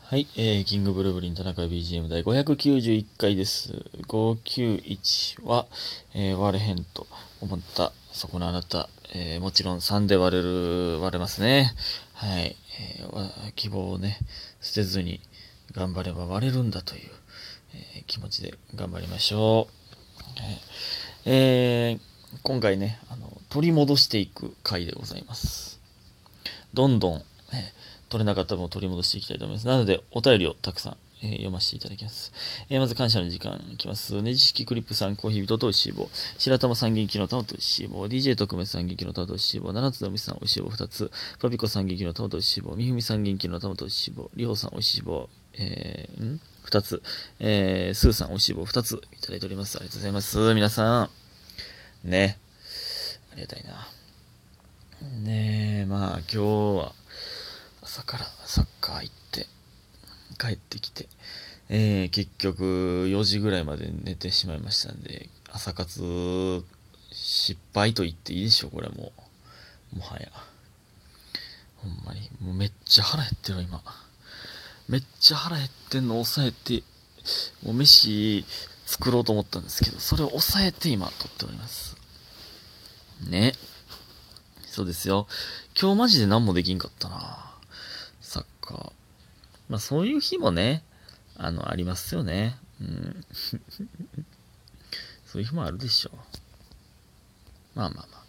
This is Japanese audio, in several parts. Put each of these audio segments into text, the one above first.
はい、キングブルーブリン田中 BGM 第591回です。591は、割れへんと思ったそこのあなた、もちろん3で割れますね。はい、希望をね、捨てずに頑張れば割れるんだという、気持ちで頑張りましょう。今回ね、取り戻していく回でございます。どんどん、取れなかった分を取り戻していきたいと思います。なので、お便りをたくさん、読ませていただきます。まず感謝の時間いきます。ねじ式クリップさん、コーヒー人とおいしい棒。白玉さん元気の玉とおいしい棒。DJ 特命さん元気の玉とおいしい棒。七つのみさんおいしい棒2つ。パピコさん元気の玉とおいしい棒。みふみさん元気の玉とおいしい棒。りほうさんおいしい棒。2つ。スーさんおいしい棒2ついただいております。ありがとうございます。皆さん。ね。ありがたいな。ねえ、まあ今日は朝からサッカー行って帰ってきて、結局4時ぐらいまで寝てしまいましたんで、朝活失敗と言っていいでしょう。これももはやほんまにもうめっちゃ腹減ってる今。めっちゃ腹減ってんの抑えて、もう飯作ろうと思ったんですけど、それを抑えて今撮っておりますね。そうですよ。今日マジで何もできんかったな、サッカー。まあそういう日もね、ありますよね。うん。そういう日もあるでしょう。まあまあまあ。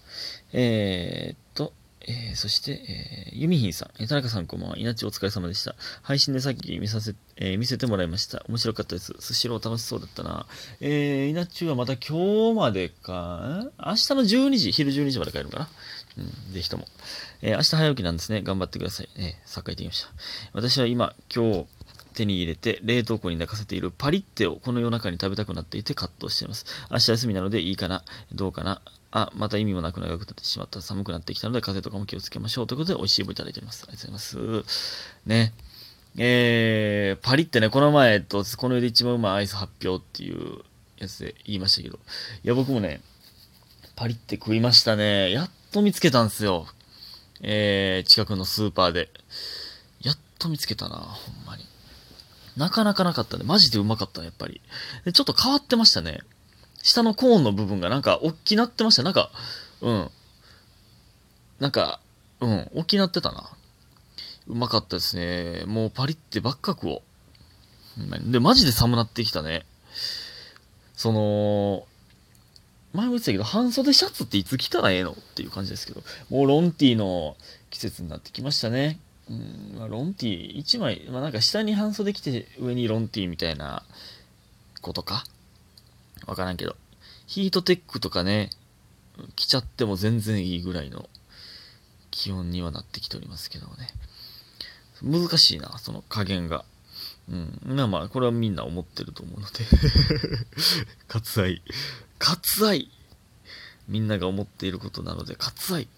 そして、ユミヒンさん、田中さんこんばんは。稲地お疲れ様でした。配信でさっき見せてもらいました。面白かったです。スシロー楽しそうだったな。稲地はまた今日までか、明日の12時、昼12時まで帰るかな。うん、ぜひとも。明日早起きなんですね。頑張ってください。サッカー行ってきました。私は今日、手に入れて冷凍庫に寝かせているパリッテをこの夜中に食べたくなっていて葛藤しています。明日休みなのでいいかな、どうかな。また意味もなく長くなってしまった。寒くなってきたので風邪とかも気をつけましょう。ということで美味しい棒いただいております。ありがとうございます。ね。パリってね、この前この世で一番うまいアイス発表っていうやつで言いましたけど、いや僕もね、パリって食いましたね。やっと見つけたんですよ。近くのスーパーで。やっと見つけたな、ほんまに。なかなかなかったね。マジでうまかったね、やっぱり。で、ちょっと変わってましたね。下のコーンの部分がなんか、大きなってました。なんか、うん。なんか、大きなってたな。うまかったですね。もうパリってばっか食おう。で、マジで寒なってきたね。その、前も言ってたけど、半袖シャツっていつ着たらええのっていう感じですけど、もうロンティーの季節になってきましたね。まあ、ロンティー1枚、まあなんか下に半袖着て上にロンティーみたいなことかわからんけど。ヒートテックとかね、着ちゃっても全然いいぐらいの気温にはなってきておりますけどね。難しいな、その加減が。まあまあ、これはみんな思ってると思うので。割愛。割愛。みんなが思っていることなので、割愛。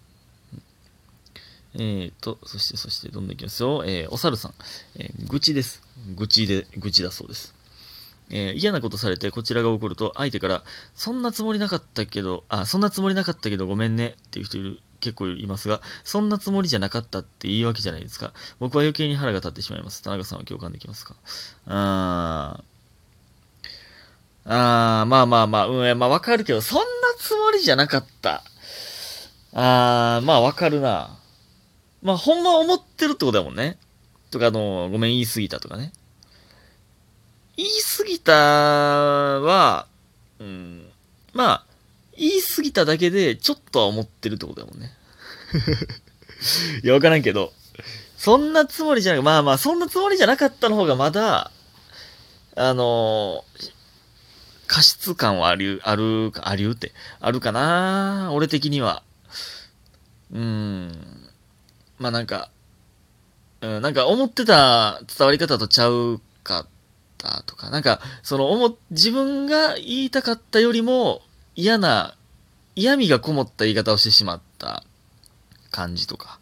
そして、どんどんいきますよ。お猿さん。愚痴です。愚痴だそうです。嫌なことされてこちらが怒ると相手からそんなつもりなかったけどごめんねっていう人結構いますが、そんなつもりじゃなかったって言い訳じゃないですか。僕は余計に腹が立ってしまいます。田中さんは共感できますか？まあまあまあ、まあわかるけど、そんなつもりじゃなかった。まあわかるな。まあほんま思ってるってことだもんね。とかごめん言い過ぎたとかね。言い過ぎたは、うん、まあ、言い過ぎただけで、ちょっとは思ってるってことだもんね。いや、わからんけど、そんなつもりじゃなく、まあまあ、そんなつもりじゃなかったの方がまだ、過失感はあるって、あるかな俺的には。まあなんか、なんか思ってた伝わり方とちゃうかったとか、なんか、自分が言いたかったよりも嫌味がこもった言い方をしてしまった感じとか。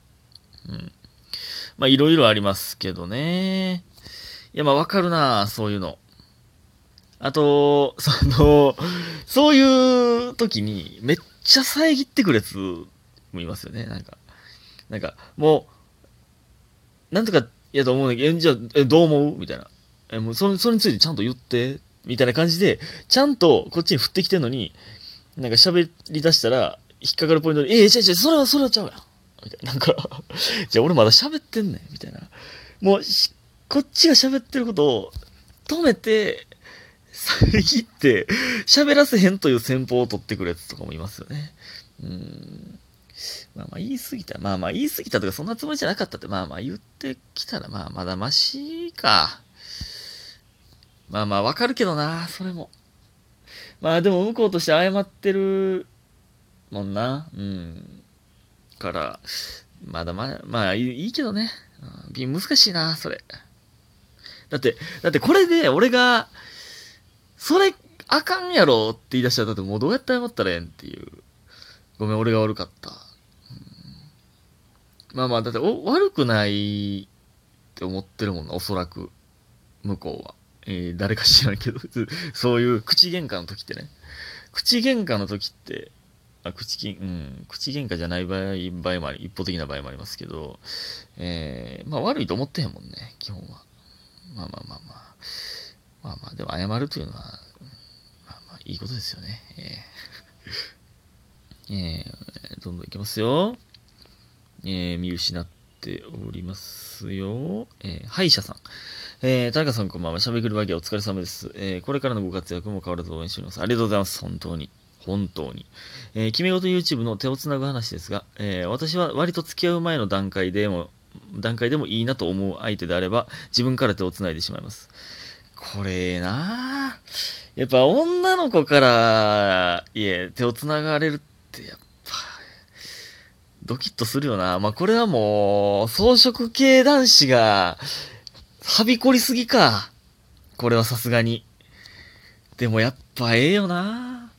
まあいろいろありますけどね。いやまあわかるなそういうの。あと、そういう時にめっちゃ遮ってくるやつもいますよね。なんかもう、なんとかいやと思うんだけど、じゃあ、どう思うみたいな。もうそれについてちゃんと言って、みたいな感じで、ちゃんとこっちに振ってきてんのに、なんか喋り出したら、引っかかるポイントで、違う、それはちゃうやん。みたいな。なんかじゃあ俺まだ喋ってんねん。みたいな。もうこっちが喋ってることを止めて、遮って、喋らせへんという戦法を取ってくるやつとかもいますよね。言い過ぎた。言い過ぎたとかそんなつもりじゃなかったって、言ってきたら、まだマシか。わかるけどな、それも。でも向こうとして謝ってるもんな。から、いいけどね。難しいな、それ。だってこれで俺が、それあかんやろって言い出したら、だってもうどうやって謝ったらええんっていう。ごめん、俺が悪かった。だって悪くないって思ってるもんな、おそらく。向こうは。誰か知らんけど、そういう口喧嘩の時ってね。口喧嘩の時って、口喧嘩じゃない場合もあり、一方的な場合もありますけど、悪いと思ってへんもんね、基本は。でも謝るというのは、いいことですよね。どんどんいきますよ。見失っておりますよ。歯医者さん。田中さんこんばんは。しゃべくるバギアお疲れ様です。これからのご活躍も変わらず応援しております。ありがとうございます。本当に。決め事 YouTube の手をつなぐ話ですが、私は割と付き合う前の段階でもいいなと思う相手であれば、自分から手をつないでしまいます。これなぁ。やっぱ女の子から、手をつながれるって、やっぱ、ドキッとするよな。これはもう、草食系男子が、はびこりすぎか。これはさすがに。でもやっぱええよな。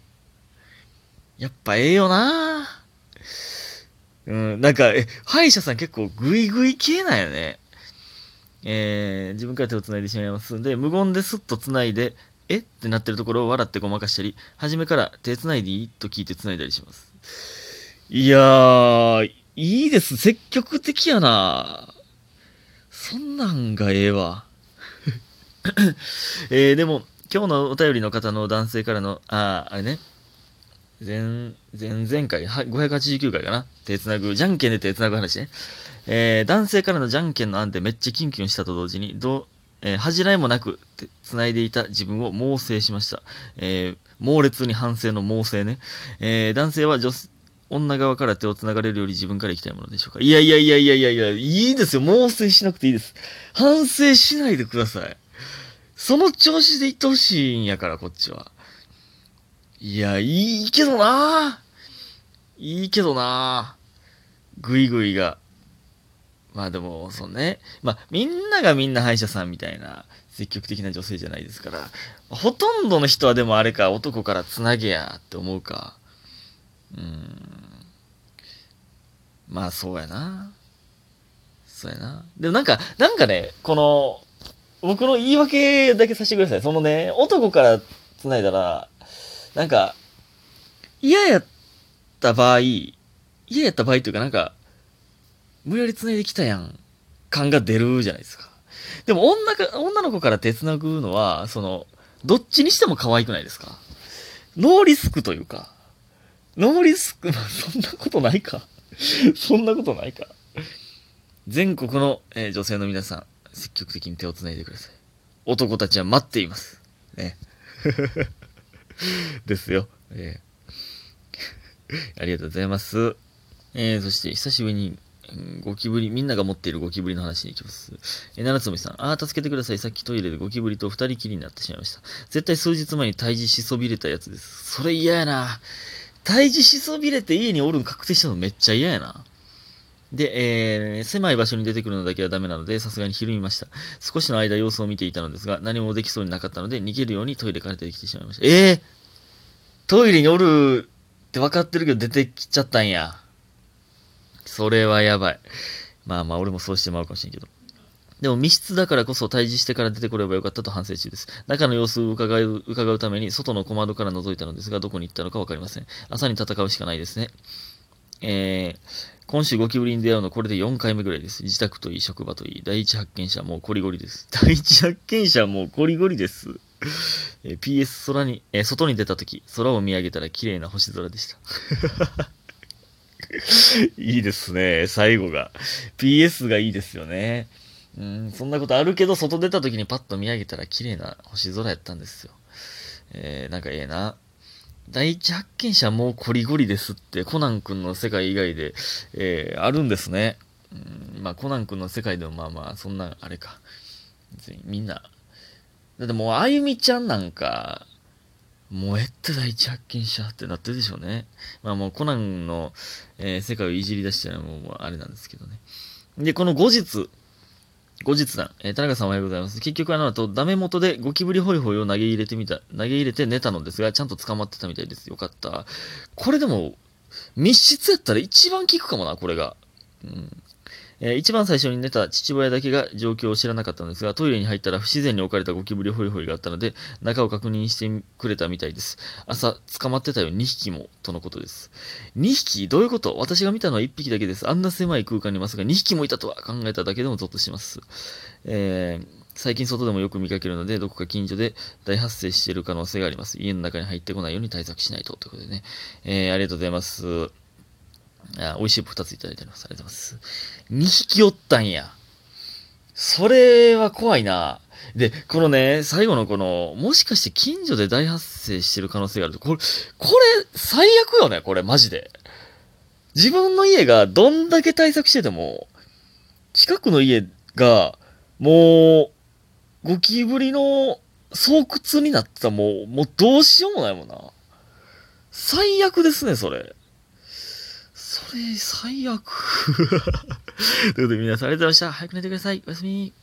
なんか、歯医者さん結構グイグイ系なんよね。自分から手を繋いでしまいますんで、無言でスッと繋いで、ってなってるところを笑ってごまかしたり、初めから手繋いでいいと聞いて繋いだりします。いやー、いいです。積極的やな。そんなんがええわ。でも、今日のお便りの方の男性からの、あれね。前々回、589回かな。手つなぐ、じゃんけんで手つなぐ話ね。男性からのじゃんけんの案でめっちゃキュンキュンしたと同時に、恥じらいもなく繋いでいた自分を猛省しました。猛烈に反省の猛省ね。男性は女側から手を繋がれるより自分から行きたいものでしょうか。いや、いいですよ。猛省しなくていいです。反省しないでください。その調子でいってほしいんやから、こっちは。いや、いいけどなぐいぐいが。でも、そうね。みんながみんな歯医者さんみたいな積極的な女性じゃないですから。ほとんどの人はでもあれか、男から繋げやって思うか。そうやな。でもなんかね、僕の言い訳だけさせてください。そのね、男から繋いだら、なんか、嫌やった場合というか無理やり繋いできたやん、感が出るじゃないですか。でも女の子から手繋ぐのは、どっちにしても可愛くないですか？ノーリスクというか、ノーリスク、そんなことないか。全国の、女性の皆さん、積極的に手を繋いでください。男たちは待っています。ね。ですよ。ありがとうございます。そして久しぶりに、ゴキブリ、みんなが持っているゴキブリの話に行きます。七つみさん、助けてください。さっきトイレでゴキブリと二人きりになってしまいました。絶対数日前に退治しそびれたやつです。それ嫌やな。退治しそびれて家におるん確定したのめっちゃ嫌やな。で、狭い場所に出てくるのだけはダメなので、さすがにひるみました。少しの間様子を見ていたのですが、何もできそうになかったので、逃げるようにトイレから出てきてしまいました。トイレにおるって分かってるけど出てきちゃったんや。それはやばい。俺もそうしてまうかもしれんけど。でも密室だからこそ退治してから出てこればよかったと反省中です。中の様子を伺うために外の小窓から覗いたのですが、どこに行ったのかわかりません。朝に戦うしかないですね。 今週ゴキブリに出会うのこれで4回目ぐらいです。自宅といい、職場といい、第一発見者はもうコリゴリです。第一発見者はもうコリゴリです。PS 外に出たとき、空を見上げたら綺麗な星空でした。いいですね、最後が。PS がいいですよね。そんなことあるけど、外出た時にパッと見上げたら綺麗な星空やったんですよ。なんかええな。第一発見者はもうコリゴリですって、コナン君の世界以外で、あるんですね。まあ、コナン君の世界でもまあまあ、そんな、あれか。別にみんな。だってもう、あゆみちゃんなんか、もう第一発見者ってなってるでしょうね。まあもうコナンの、世界をいじり出したらもうあれなんですけどね。で、この後日談、田中さんおはようございます。結局ダメ元でゴキブリホイホイを投げ入れて寝たのですが、ちゃんと捕まってたみたいです。よかった。これでも、密室やったら一番効くかもな、これが。一番最初に寝た父親だけが状況を知らなかったんですが、トイレに入ったら不自然に置かれたゴキブリホイホイがあったので、中を確認してくれたみたいです。朝、捕まってたよ、2匹も、とのことです。2匹どういうこと？私が見たのは1匹だけです。あんな狭い空間にまさか2匹もいたとは考えただけでもゾッとします。最近外でもよく見かけるので、どこか近所で大発生している可能性があります。家の中に入ってこないように対策しないと。ということでね。ありがとうございます。美味しい2ついただいております。ありがとうございます。2匹おったんや。それは怖いな。で、このね、最後のもしかして近所で大発生してる可能性があると、これ、最悪よね、これ、マジで。自分の家がどんだけ対策してても、近くの家が、もう、ゴキブリの巣窟になってたらもうどうしようもないもんな。最悪ですね、それ。それ、最悪。ということで皆さんありがとうございました。早く寝てください。おやすみ。